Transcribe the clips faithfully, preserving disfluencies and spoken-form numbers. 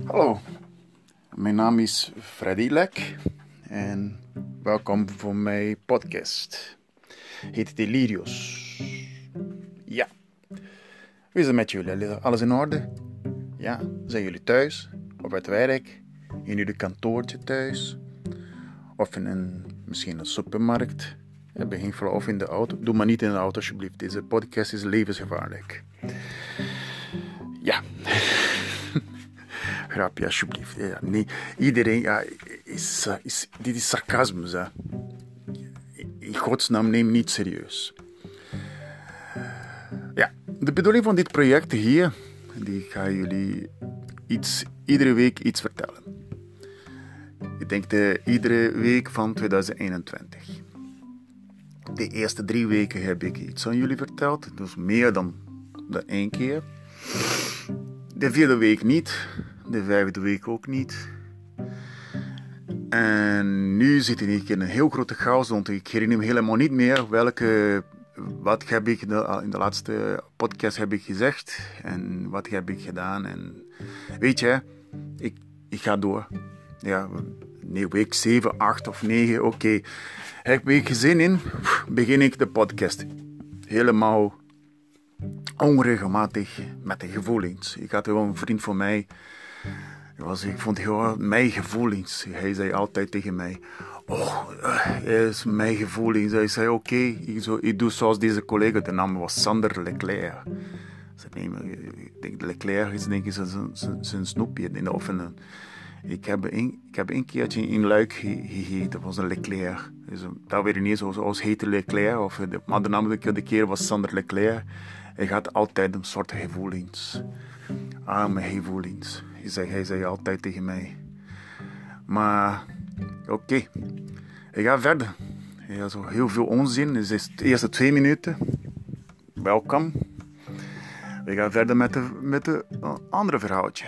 Hallo, mijn naam is Freddy Lek en welkom voor mijn podcast. Heet Delirios. Ja, hoe is het met jullie? Alles in orde? Ja, zijn jullie thuis? Op het werk? In jullie kantoortje thuis? Of in een, misschien een supermarkt? Ja, begin vooral of in de auto. Doe maar niet in de auto alsjeblieft. Deze podcast is levensgevaarlijk. Ja. Grapje, alsjeblieft. Ja, nee, iedereen, ja, is, is, dit is sarcasme. Hè. In godsnaam, neem niet serieus. Ja, de bedoeling van dit project hier, die ga jullie iets, iedere week iets vertellen. Ik denk de iedere week van tweeduizend eenentwintig. De eerste drie weken heb ik iets aan jullie verteld, dus meer dan de één keer. De vierde week niet. De vijfde week ook niet. En nu zit ik in een heel grote chaos, want ik herinner me helemaal niet meer welke, wat heb ik in de, in de laatste podcast heb ik gezegd en wat heb ik gedaan. En weet je, ik, ik ga door. Ja, nee, week zeven, acht of negen, oké. Okay. Heb ik zin in, begin ik de podcast. Helemaal onregelmatig met de gevoelens. Ik had wel een vriend van mij. Was, ik vond heel mijn gevoelens. Hij zei altijd tegen mij: oh, het is mijn gevoelens. Hij zei: oké, okay, ik, ik doe zoals deze collega. De naam was Sander Leclerc. Ik denk Leclerc is denk ik zijn, zijn, zijn snoepje in de oven. Ik heb een, ik heb een keertje in Luik gegeten. Dat was een Leclerc. Dus, dat weet ik niet zoals heette Leclerc. Of de, maar de naam de keer was Sander Leclerc. Hij had altijd een soort gevoelens. Arme gevoelens. Hij zei, hij zei altijd tegen mij. Maar, oké. Okay. Ik ga verder. Ja, zo heel veel onzin. Dus is de eerste twee minuten. Welkom. We gaan verder met de, met de uh, andere verhaaltje.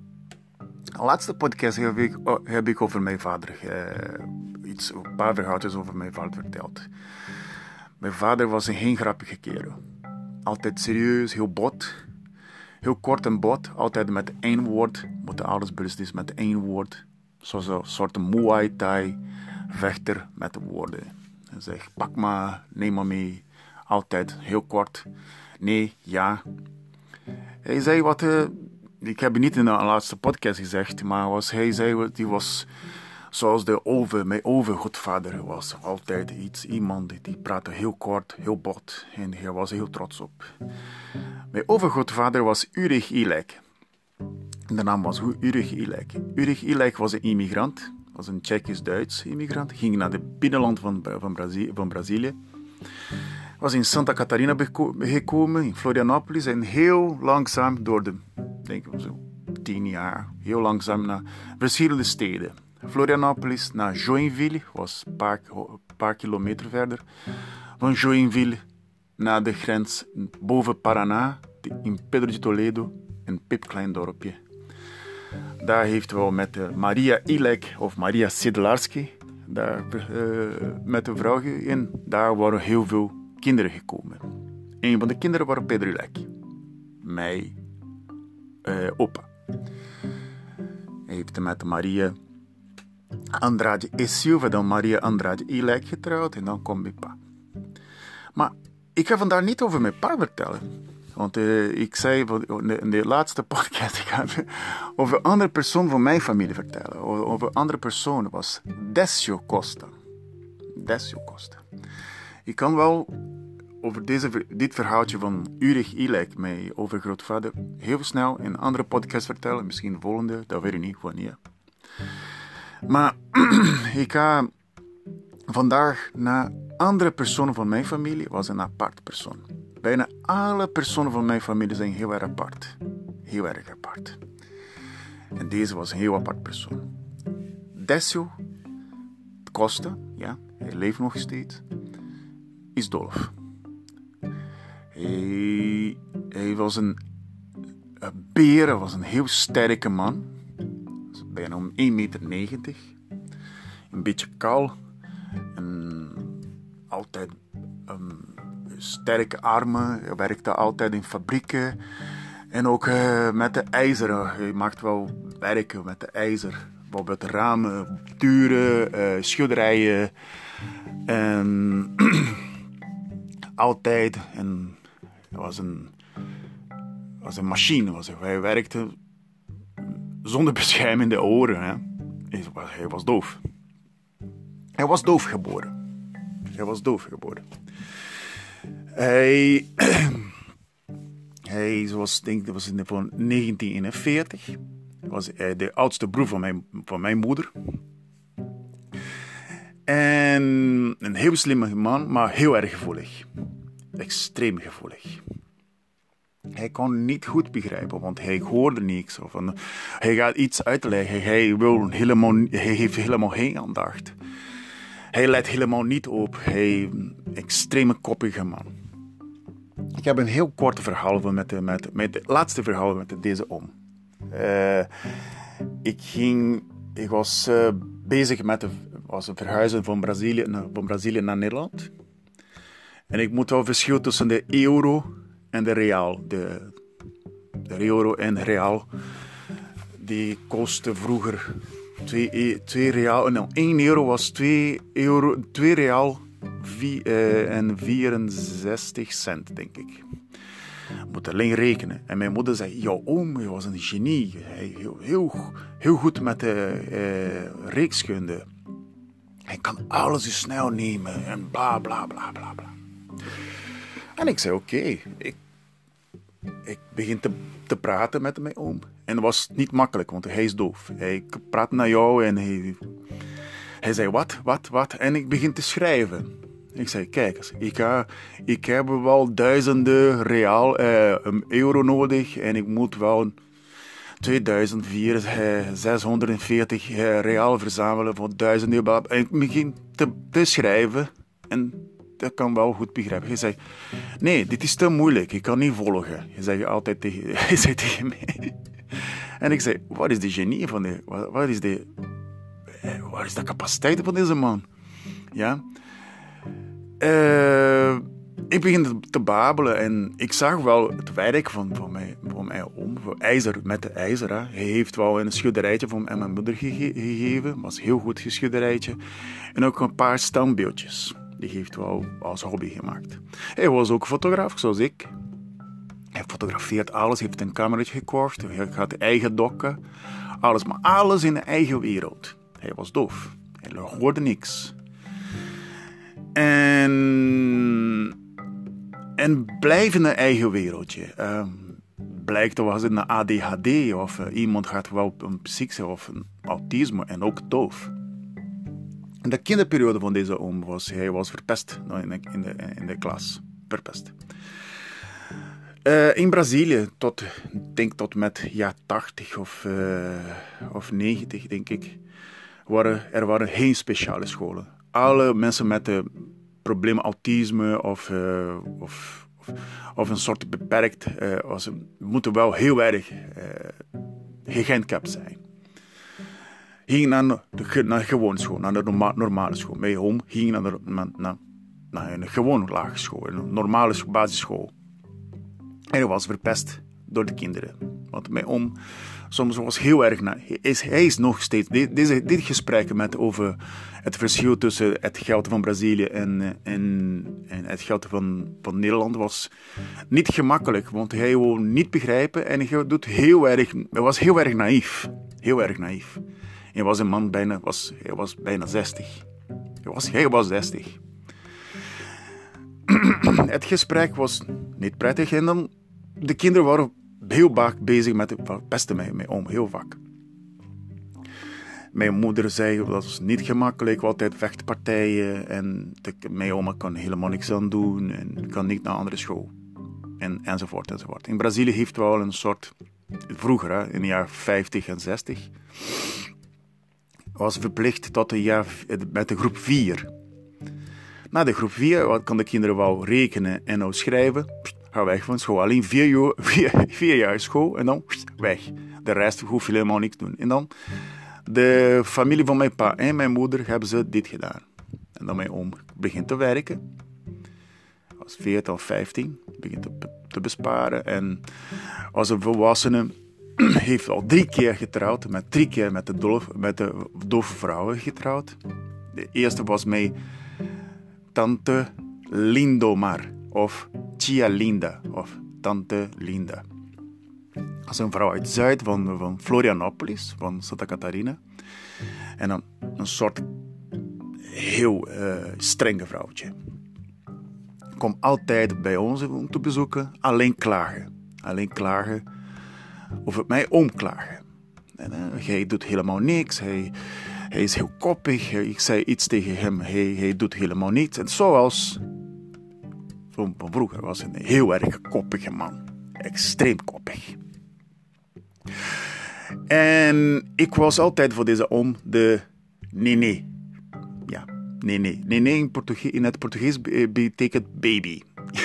De laatste podcast heb ik, uh, heb ik over mijn vader. Uh, iets, een paar verhaaltjes over mijn vader verteld. Mijn vader was een geen grappige kerel. Altijd serieus, heel bot. Heel kort en bot, altijd met één woord. Moet alles bewust is met één woord. Zoals een soort Muay Thai vechter met woorden. Hij zegt, pak maar, neem maar mee. Altijd heel kort. Nee, ja. Hij zei wat, uh, ik heb het niet in de laatste podcast gezegd, maar was, hij zei, die was zoals de over, mijn overgrootvader was. Altijd iets, iemand die praatte heel kort, heel bot. En hij was heel trots op. Mijn overgrootvader was Ulrich Ilek. De naam was Ulrich Ilek. Ulrich Ilek was een immigrant. Was een Tsjechisch-Duits immigrant. Ging naar het binnenland van, van, Brazi- van Brazilië. Was in Santa Catarina gekomen, in Florianopolis. En heel langzaam door de, denk ik zo, tien jaar. Heel langzaam naar verschillende steden. Florianopolis naar Joinville. Was een paar, paar kilometer verder. Van Joinville naar de grens boven Paraná, in Pedro de Toledo, een pipklein dorpje. Daar heeft wel met uh, Maria Ilek of Maria Sedlarski, daar uh, met een vrouw in, daar waren heel veel kinderen gekomen. Een van de kinderen was Pedro Ilek, mijn uh, opa. Hij heeft met Maria Andrade e Silva, dan Maria Andrade Ilek getrouwd en dan kwam mijn pa. Maar ik ga vandaag niet over mijn pa vertellen. Want uh, ik zei in de laatste podcast, ik ga over een andere persoon van mijn familie vertellen. Over een andere persoon was Decio Costa. Decio Costa. Ik kan wel over deze, dit verhaaltje van Ulrich Ilek, mijn overgrootvader, heel snel in een andere podcast vertellen. Misschien de volgende, dat weet ik niet wanneer. Maar ik ga vandaag naar andere personen van mijn familie. Was een apart persoon. Bijna alle personen van mijn familie zijn heel erg apart. Heel erg apart. En deze was een heel apart persoon. Decio Costa, ja, hij leeft nog steeds, is doof. Hij, hij was een, een beer, hij was een heel sterke man. Bijna om één meter negentig. Een beetje kaal. En altijd... Um, sterke armen, hij werkte altijd in fabrieken En ook uh, met de ijzer. Je maakt wel werken met de ijzer. Bijvoorbeeld ramen, deuren, uh, schilderijen. En altijd. En het was een, was een machine. Was hij werkte zonder beschermende oren. Hè. Hij, was, hij was doof. Hij was doof geboren. Hij was doof geboren. Hij... Hij was, denk ik, was in van negentien eenenveertig. Hij was de oudste broer van mijn, van mijn moeder. En een heel slimme man, maar heel erg gevoelig. Extreem gevoelig. Hij kon niet goed begrijpen, want hij hoorde niks. Of een, hij gaat iets uitleggen. Hij, wil helemaal, hij heeft helemaal geen aandacht. Hij let helemaal niet op. Hij is een extreme koppige man. Ik heb een heel kort verhaal met, de, met, met het laatste verhaal met deze oom. Uh, ik, ging, ik was uh, bezig met de, was een verhuizen van Brazilië, van Brazilië naar Nederland. En ik moet wel verschil tussen de euro en de real. De, de euro en real, die kostte vroeger twee real. Nou, één euro was twee euro, twee real. Vier, uh, en vierenzestig cent, denk ik. Je moet alleen rekenen. En mijn moeder zei, jouw oom hij was een genie. Hij heel, heel, heel goed met de uh, reekskunde. Hij kan alles zo snel nemen. En bla, bla, bla, bla, bla. En ik zei, oké. Okay. Ik, ik begin te, te praten met mijn oom. En dat was niet makkelijk, want hij is doof. Hij praat naar jou en hij... Hij zei, wat, wat, wat? En ik begin te schrijven. Ik zei, kijk eens, ik, ha, ik heb wel duizenden real, eh, euro nodig en ik moet wel tweeduizendvierhonderdzeshonderdveertig eh, real verzamelen voor duizend euro. En ik begin te, te schrijven en dat kan wel goed begrijpen. Hij zei, nee, dit is te moeilijk, ik kan niet volgen. Hij zei altijd tegen, hij zei tegen mij. En ik zei, wat is de genie van de, wat, wat is de... Waar is de capaciteit van deze man? Ja. Uh, ik begin te babelen en ik zag wel het werk van, van, mij, van mijn oom, voor ijzer, met de ijzer. Hè. Hij heeft wel een schilderijtje van mijn moeder gege- gegeven, het was een heel goed schilderijtje. En ook een paar standbeeldjes, die heeft wel als hobby gemaakt. Hij was ook fotograaf, zoals ik. Hij fotografeert alles, heeft een cameraatje gekocht, hij had eigen dokken, alles, maar alles in de eigen wereld. Hij was doof. Hij hoorde niks. En, en blijf in een eigen wereldje. Uh, blijkt was het een A D H D of uh, iemand had wel een psyche of een autisme en ook doof. In de kinderperiode van deze oom was hij was verpest in de, in de, in de klas. Verpest. Uh, in Brazilië, tot, denk tot met jaar tachtig of, uh, of negentig, denk ik. Waren, er waren geen speciale scholen. Alle mensen met uh, problemen autisme of, uh, of, of, of een soort beperkt, uh, was, moeten wel heel erg uh, gehandicapt zijn. Ging naar, de, naar de gewone school, naar de norma- normale school. Mijn oom ging naar, de, naar, naar een gewone lagere school, een normale basisschool. En hij was verpest door de kinderen. Want mijn oom soms was heel erg... Na, hij, is, hij is nog steeds... Deze, dit gesprek met over het verschil tussen het geld van Brazilië en, en, en het geld van, van Nederland was niet gemakkelijk. Want hij wil niet begrijpen en hij, doet heel erg, hij was heel erg naïef. Heel erg naïef. Hij was een man bijna... Was, hij was bijna zestig. Hij was, hij was zestig. Het gesprek was niet prettig en dan... De kinderen waren heel vaak bezig met het pesten met mijn oom, heel vaak. Mijn moeder zei dat was niet gemakkelijk, altijd vechtpartijen en de, mijn oma kan helemaal niks aan doen en kan niet naar een andere school. En, enzovoort, enzovoort. In Brazilië heeft wel een soort, vroeger, hè, in de jaren vijftig en zestig, was verplicht tot de jaar, met de groep vier. Na de groep vier kan de kinderen wel rekenen en nou schrijven. Ga weg van school. Alleen vier jaar, vier, vier jaar school en dan weg. De rest hoef je helemaal niks te doen. En dan de familie van mijn pa en mijn moeder hebben ze dit gedaan. En dan mijn oom begint te werken. Hij was veertien of vijftien. Begint te te besparen. En als een volwassene heeft al drie keer getrouwd, met drie keer met de, doof, met de dove vrouwen getrouwd. De eerste was met Tante Lindomar, of Tia Linda, of Tante Linda. Dat is een vrouw uit Zuid van, van Florianopolis, van Santa Catarina. En een, een soort heel uh, strenge vrouwtje. Kom altijd bij ons om te bezoeken, alleen klagen. Alleen klagen over mij omklagen. En, uh, hij doet helemaal niks, hij, hij is heel koppig. Ik zei iets tegen hem, hij, hij doet helemaal niets. En zoals van vroeger was hij een heel erg koppige man. Extreem koppig. En ik was altijd voor deze oom de Nene. Ja, Nene. Nene in, Portuge- in het Portugees betekent baby.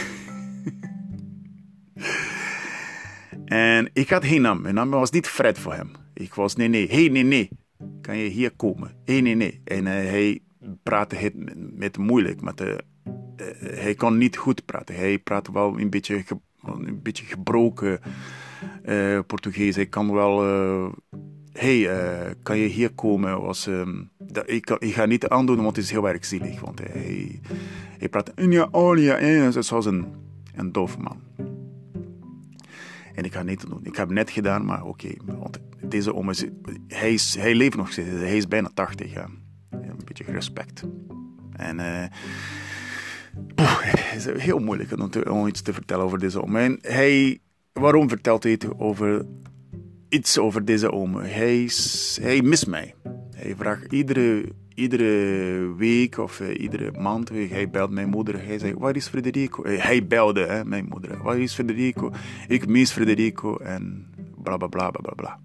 En ik had geen naam. Mijn naam was niet Fred voor hem. Ik was Nene. Hey Nene, kan je hier komen? Hey Nene. En uh, hij praatte het met, met moeilijk. Met de, uh, hij kon niet goed praten. Hij praatte wel een beetje, ge, een beetje gebroken uh, Portugees. Hij kan wel... Uh, hey, uh, kan je hier komen? Was, um, dat, ik, ik ga niet aandoen, want het is heel erg zielig. Want hij, hij praat... Ja, oh, ja, zoals een, een doof man. En ik ga het niet doen. Ik heb het net gedaan, maar oké. Okay, want deze oom is... Hij, is, hij leeft nog steeds. Hij is bijna tachtig. Ja. Een beetje respect. En... Uh, poeh, het is heel moeilijk om, te, om iets te vertellen over deze oom. En hij... Waarom vertelt hij het over... Iets over deze oom? Hij, is, hij mist mij. Hij vraagt iedere... Iedere week of uh, iedere maand, hij belt mijn moeder. Hij zei, waar is Federico? Uh, hij belde, hè, mijn moeder. Waar is Federico? Ik mis Federico. En bla bla bla bla bla.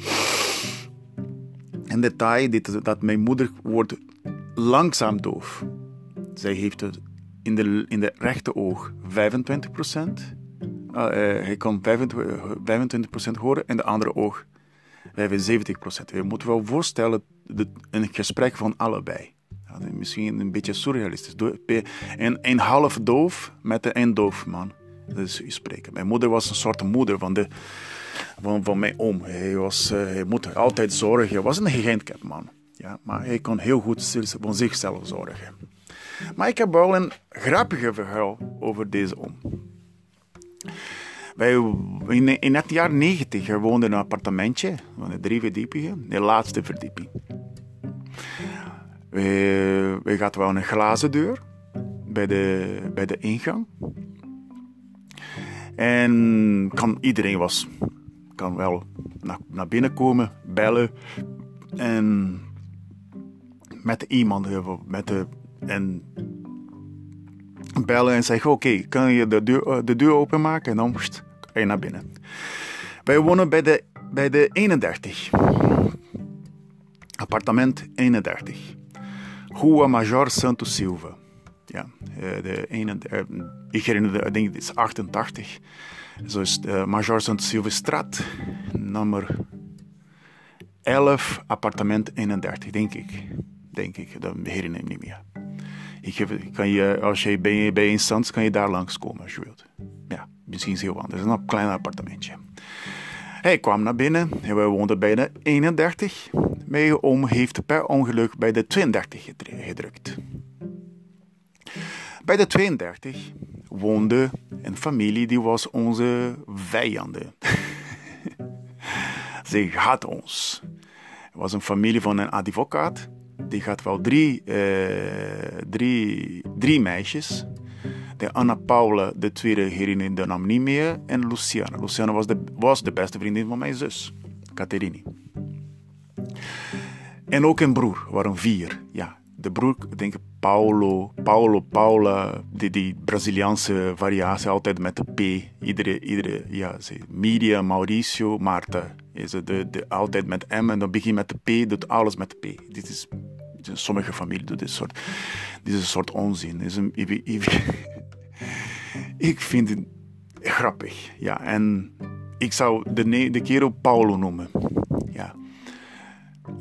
En detail, dit, dat mijn moeder wordt langzaam doof. Zij heeft het in de, in de rechte oog vijfentwintig procent. Uh, uh, hij kan vijfentwintig procent horen en de andere oog vijfenzeventig procent. Je moet wel voorstellen, de, een gesprek van allebei. Ja, misschien een beetje surrealistisch. En een half doof met een doof man. Dus je spreken. Mijn moeder was een soort moeder van, de, van, van mijn oom. Hij, was, uh, hij moet altijd zorgen. Hij was een gehandicapt man. Ja, maar hij kon heel goed voor zichzelf zorgen. Maar ik heb wel een grappige verhaal over deze oom. Wij, in, in het jaar negentig woonden in een appartementje van drie verdiepingen, de laatste verdieping. We, we hadden wel een glazen deur bij de, bij de ingang. En kan, iedereen was, kan wel naar, naar binnen komen, bellen. En met iemand, met de, en bellen en zeggen, oké, okay, kan je de deur, de deur openmaken? En dan pst, ga je naar binnen. Wij wonen bij de, bij de eenendertig. Appartement eenendertig. Rua Major Santo Silva. Ja, de eenendertig, ik herinner, ik denk het is achtentachtig. Zo is de Major Santo Silva straat, nummer elf, appartement eenendertig, denk ik. Denk ik, dat herinner ik niet meer. Ik kan je, als je bij, bij instantie kan je daar langskomen als je wilt. Ja, misschien is het heel anders. Het is een klein appartementje. Hij kwam naar binnen en we woonden bij de eenendertig. Mijn oom heeft per ongeluk bij de tweeëndertig gedrukt. Bij de tweeëndertig woonde een familie die was onze vijanden. Ze had ons. Het was een familie van een advocaat. Die had wel drie, uh, drie, drie meisjes. De Anna Paula, de tweede herinner de naam niet meer. En Luciana. Luciana was de, was de beste vriendin van mijn zus, Caterini. En ook een broer, waren vier. Ja, de broer, ik denk Paulo, Paulo, Paula, die, die Braziliaanse variatie, altijd met de P. Iedere, iedere, ja, Media, Mauricio, Marta. Is de, de, altijd met M en dan begin met de P, doet alles met de P. Dit is, sommige families doen dit soort, dit is een soort onzin. Is een, ik, ik, ik vind het grappig, ja. En ik zou de, de kerel Paulo noemen, ja.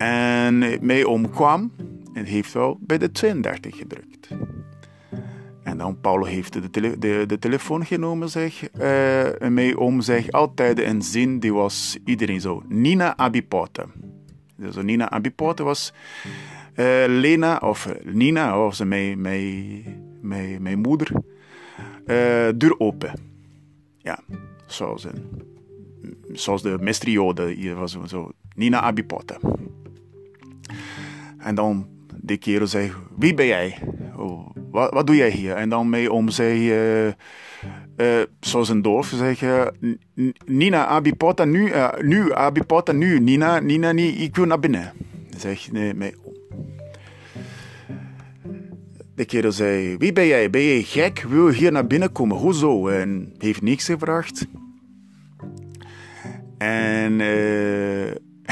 En mijn oom kwam en heeft wel bij de tweeëndertig gedrukt. En En dan Paulo heeft de, tele, de, de telefoon genomen, zeg. Uh, en mijn oom zegt altijd een zin, die was iedereen zo. Nina abipota. Dus Nina abipota was uh, Lena, of Nina, of mijn, mijn, mijn, mijn moeder, uh, deur open. Ja, zoals, een, zoals de mestriode hier was zo. Nina abipota. En dan de kerel zei, wie ben jij? Oh, wat, wat doe jij hier? En dan mijn oom zei, uh, uh, zoals een doof, zeg je, uh, Nina, abipota nu, uh, nu, abipota nu, Nina, Nina, niet, ik wil naar binnen. Zeg nee, mijn oom. De kerel zei, wie ben jij? Ben jij gek? Wil je hier naar binnen komen? Hoezo? En heeft niks gevraagd. En... Uh,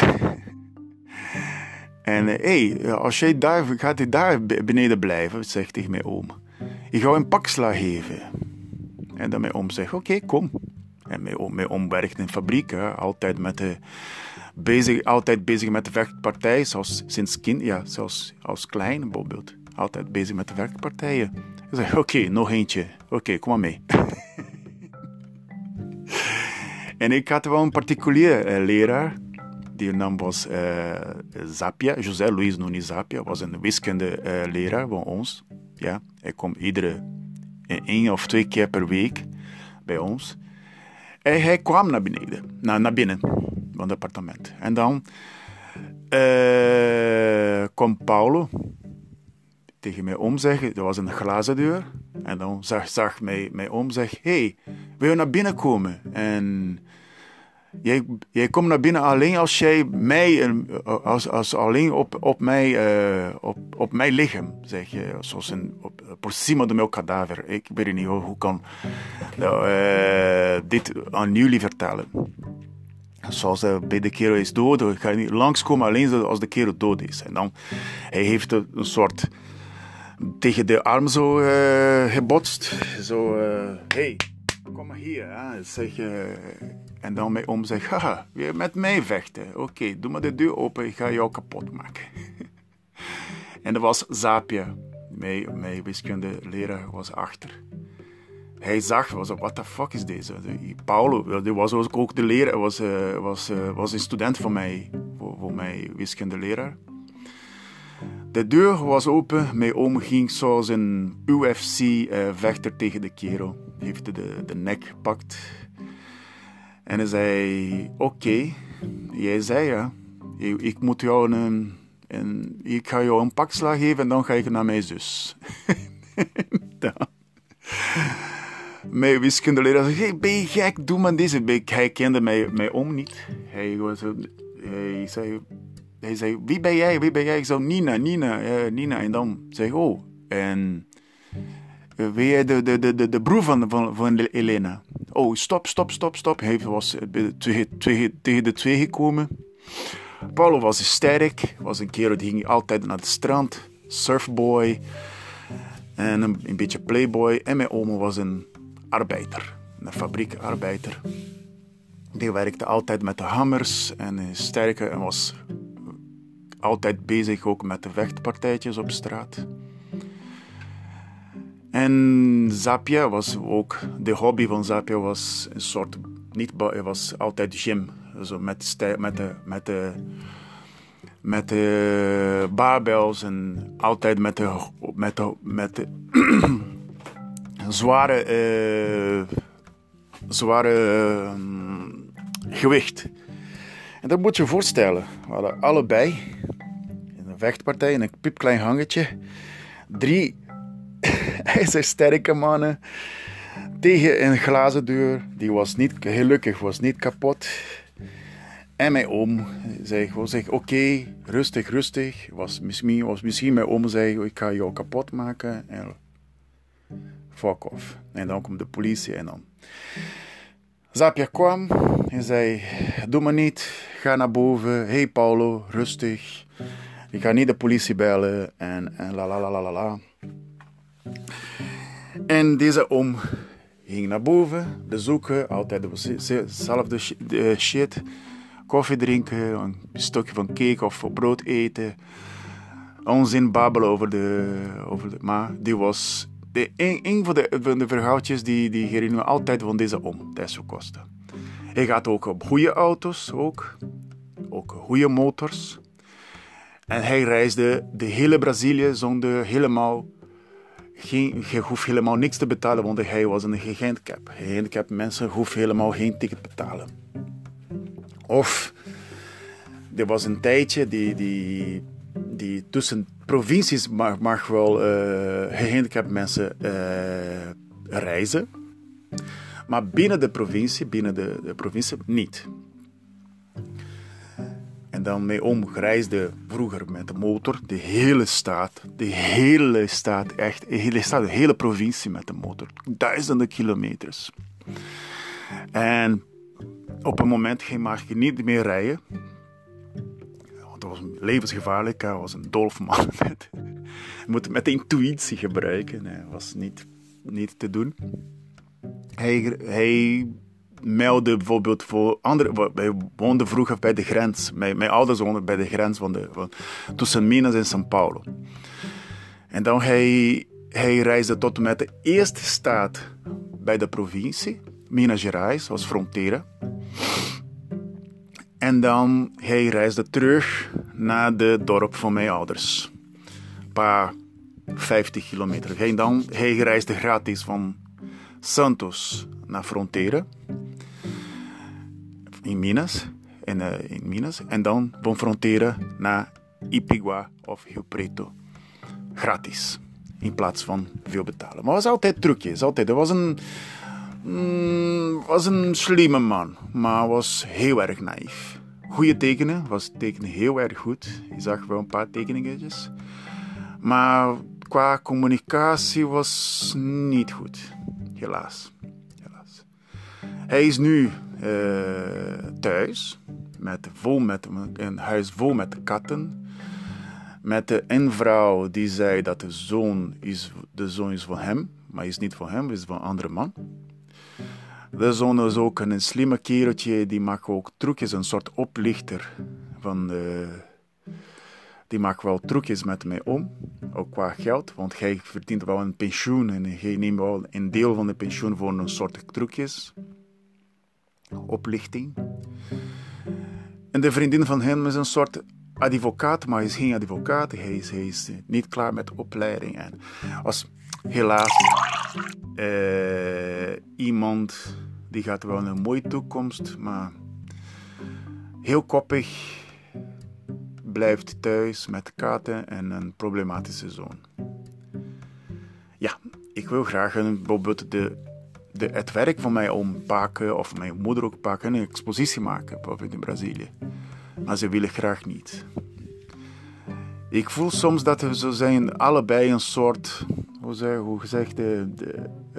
En hé, hey, als jij daar, gaat hij daar beneden blijven, zegt tegen mijn oom. Ik ga een pakslag geven. En dan mijn oom zegt, oké, okay, kom. En mijn oom, mijn oom werkt in een fabriek, hè, altijd, met de, bezig, altijd bezig met de vechtpartij, zoals sinds kind, ja, zoals als klein bijvoorbeeld. Altijd bezig met de vechtpartijen. Ik zeg, oké, okay, nog eentje. Oké, okay, kom maar mee. En ik had wel een particulier uh, leraar. Die naam was uh, Zapia, José Luis Nunes Zapia, was een wiskunde uh, leraar van ons. Ja, hij kwam iedere één of twee keer per week bij ons. En hij kwam naar beneden, naar, naar binnen van het appartement. En dan uh, kwam Paulo tegen mij om zeggen, er was een glazen deur. En dan zag, zag mij, mij om zeggen, hé, hey, wil je naar binnen komen? En... Jij, jij komt naar binnen alleen als jij mij, als, als alleen op, op, mij, uh, op, op mijn lichaam, zeg je, zoals een, op, por cima do meu cadáver. Ik weet niet hoe, hoe kan nou, uh, dit aan jullie vertellen. Zoals uh, bij de kerel is dood, ik ga niet langskomen alleen als de kerel dood is. En dan, hij heeft een soort tegen de arm zo uh, gebotst, zo, uh, hey, kom maar hier, hè. Zeg je... Uh, En dan mijn oom zegt, haha, weer met mij vechten. Oké, okay, doe maar de deur open, ik ga jou kapot maken. En dat was Zapia, mijn, mijn wiskundeleraar was achter. Hij zag, was what the fuck is deze? Paulo, die was ook de leraar, was, uh, was, uh, was een student van mij, voor, voor mijn wiskundeleraar. De deur was open, mijn oom ging zoals een U F C-vechter uh, tegen de kerel. Hij heeft de, de nek gepakt. En hij zei, oké, okay, jij zei ja, ik moet jou een, een, ik ga jou een pakslag geven en dan ga ik naar mijn zus. Dan, mijn wiskundeleraar zei, hey, ben je gek, doe maar deze. Hij kende mij, mijn oom niet. Hij, was, hij, zei, hij zei, wie ben jij, wie ben jij? Ik zei, Nina, Nina, uh, Nina. En dan zei hij, oh, en... Ben jij de, de, de, de broer van, van, van Elena? Oh, stop, stop, stop, stop. Hij was tegen, tegen, tegen de twee gekomen. Paulo was sterk. Was een kerel die ging altijd naar het strand. Surfboy. En een, een beetje playboy. En mijn oma was een arbeider. Een fabriekarbeider. Die werkte altijd met de hammers. En sterke. En was altijd bezig ook met de vechtpartijtjes op straat. En Zapia was ook, de hobby van Zapia was een soort, niet, het was altijd gym. Dus met, stij, met, de, met, de, met de barbells en altijd met de, met de, met de zware, uh, zware uh, gewicht. En dat moet je je voorstellen. We hadden allebei in een vechtpartij, in een piepklein hangetje, drie ijzersterke mannen tegen een glazen deur. Die was niet, gelukkig was niet kapot. En mijn oom zei gewoon, oké, okay, rustig, rustig. Was misschien, was misschien mijn oom zei, ik ga jou kapot maken. En fuck off. En dan komt de politie en dan... Zapia kwam en zei, doe maar niet, ga naar boven. Hey Paulo, rustig. Ik ga niet de politie bellen. En, en la la la la la la. En deze oom ging naar boven, bezoeken, altijd dezelfde shit. Koffie drinken, een stukje van cake of brood eten. Onzin babbelen over de, over de... Maar die was de, een, een van, de, van de verhaaltjes die, die herinneren me altijd van deze oom, Tessio Costa. Hij gaat ook op goede auto's, ook, ook goede motors. En hij reisde de hele Brazilië zonder helemaal, geen, je hoeft helemaal niks te betalen, want hij was een gehandicap. Gehandicapt mensen hoeven helemaal geen ticket te betalen. Of, er was een tijdje die, die, die tussen provincies mag, mag wel uh, gehandicapt mensen uh, reizen. Maar binnen de provincie, binnen de, de provincie niet. En dan mijn oom reisde vroeger met de motor, de hele staat, de hele staat, echt, de hele staat, de hele provincie met de motor. Duizenden kilometers. En op een moment ging mag je niet meer rijden. Want dat was levensgevaarlijk, hij was een dolfman. Je moet met de intuïtie gebruiken, dat was niet, niet te doen. Hij, hij meldde bijvoorbeeld voor andere. Wij woonden vroeger bij de grens. Mijn, mijn ouders woonden bij de grens van de, van, tussen Minas en São Paulo. En dan hij, hij reisde tot en met de eerste staat bij de provincie, Minas Gerais, was Fronteira. En dan hij reisde terug naar het dorp van mijn ouders. Een paar vijftig kilometer. En dan hij reisde gratis van Santos naar Fronteira. In Minas. En, uh, in Minas. En dan van Fronteira naar Ipiqua of Rio Preto. Gratis. In plaats van veel betalen. Maar het was altijd trucjes. Altijd. Er was een, mm, was een slimme man. Maar was heel erg naïef. Goede tekenen. Was tekenen heel erg goed. Je zag wel een paar tekeningetjes. Maar qua communicatie was niet goed. Helaas. Helaas. Hij is nu uh, thuis. Met, vol met, een huis vol met katten. Met een vrouw die zei dat de zoon is, de zoon is van hem. Maar is niet van hem, is van een andere man. De zoon is ook een slimme kereltje. Die maakt ook trucjes, een soort oplichter. Van de, die maakt wel trucjes met mij om. Ook qua geld. Want hij verdient wel een pensioen. En hij neemt wel een deel van de pensioen voor een soort trucjes. Oplichting. En de vriendin van hem is een soort advocaat, maar hij is geen advocaat. Hij is, hij is niet klaar met opleiding. En was helaas uh, iemand die gaat wel een mooie toekomst, maar heel koppig, blijft thuis met katten en een problematische zoon. Ja, ik wil graag een, bijvoorbeeld de, de, het werk van mij oom pakken, of mijn moeder ook pakken, een expositie maken, bijvoorbeeld in Brazilië. Maar ze willen graag niet. Ik voel soms dat ze zijn allebei een soort, hoe, zeg, hoe gezegd, de, de,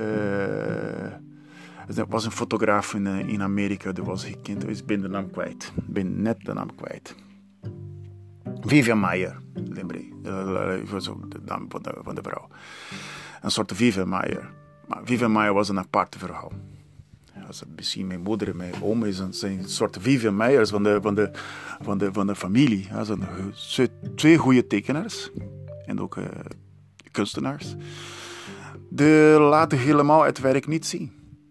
uh, er was een fotograaf in, in Amerika, die was gekend, ik ben de naam kwijt. Ik ben net de naam kwijt. Vivian Maier, lembrei, de naam van de, van de vrouw. Een soort Vivian Maier. Maar Vivian Maier was een apart verhaal. Als misschien mijn moeder en mijn oom is een, zijn een soort Vivian Maijers van de, van de, van de, van de familie. Ja, zijn twee goede tekenaars en ook uh, kunstenaars. De laten helemaal het werk niet zien.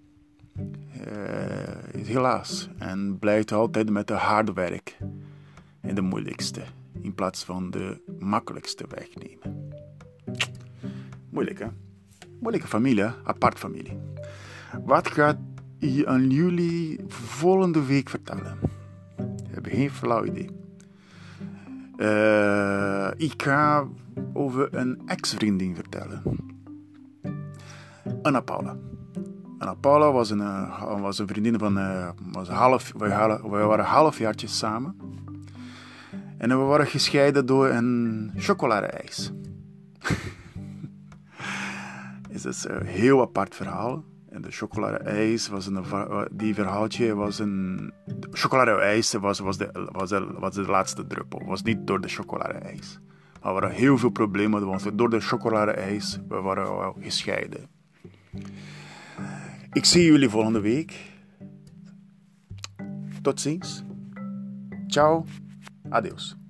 Uh, helaas. En blijft altijd met de harde werk en de moeilijkste. In plaats van de makkelijkste weg nemen. Moeilijk, hè? Moeilijke familie, hè? Apart familie. Wat gaat je aan jullie volgende week vertellen? Ik heb geen flauw idee. Uh, ik ga over een ex-vriendin vertellen. Anna Paula. Anna Paula was een, uh, was een vriendin van... Uh, was half, we, we waren halfjaartjes samen. En we waren gescheiden door een chocolade-ijs. Het is een heel apart verhaal. En de chocolade-ijs was een... Die verhaaltje was een... Chocolade-ijs was, was, de, was, de, was de laatste druppel. Was niet door de chocolade-ijs. Maar er waren heel veel problemen. Want door de chocolade-ijs we waren wel gescheiden. Ik zie jullie volgende week. Tot ziens. Ciao. Adeus.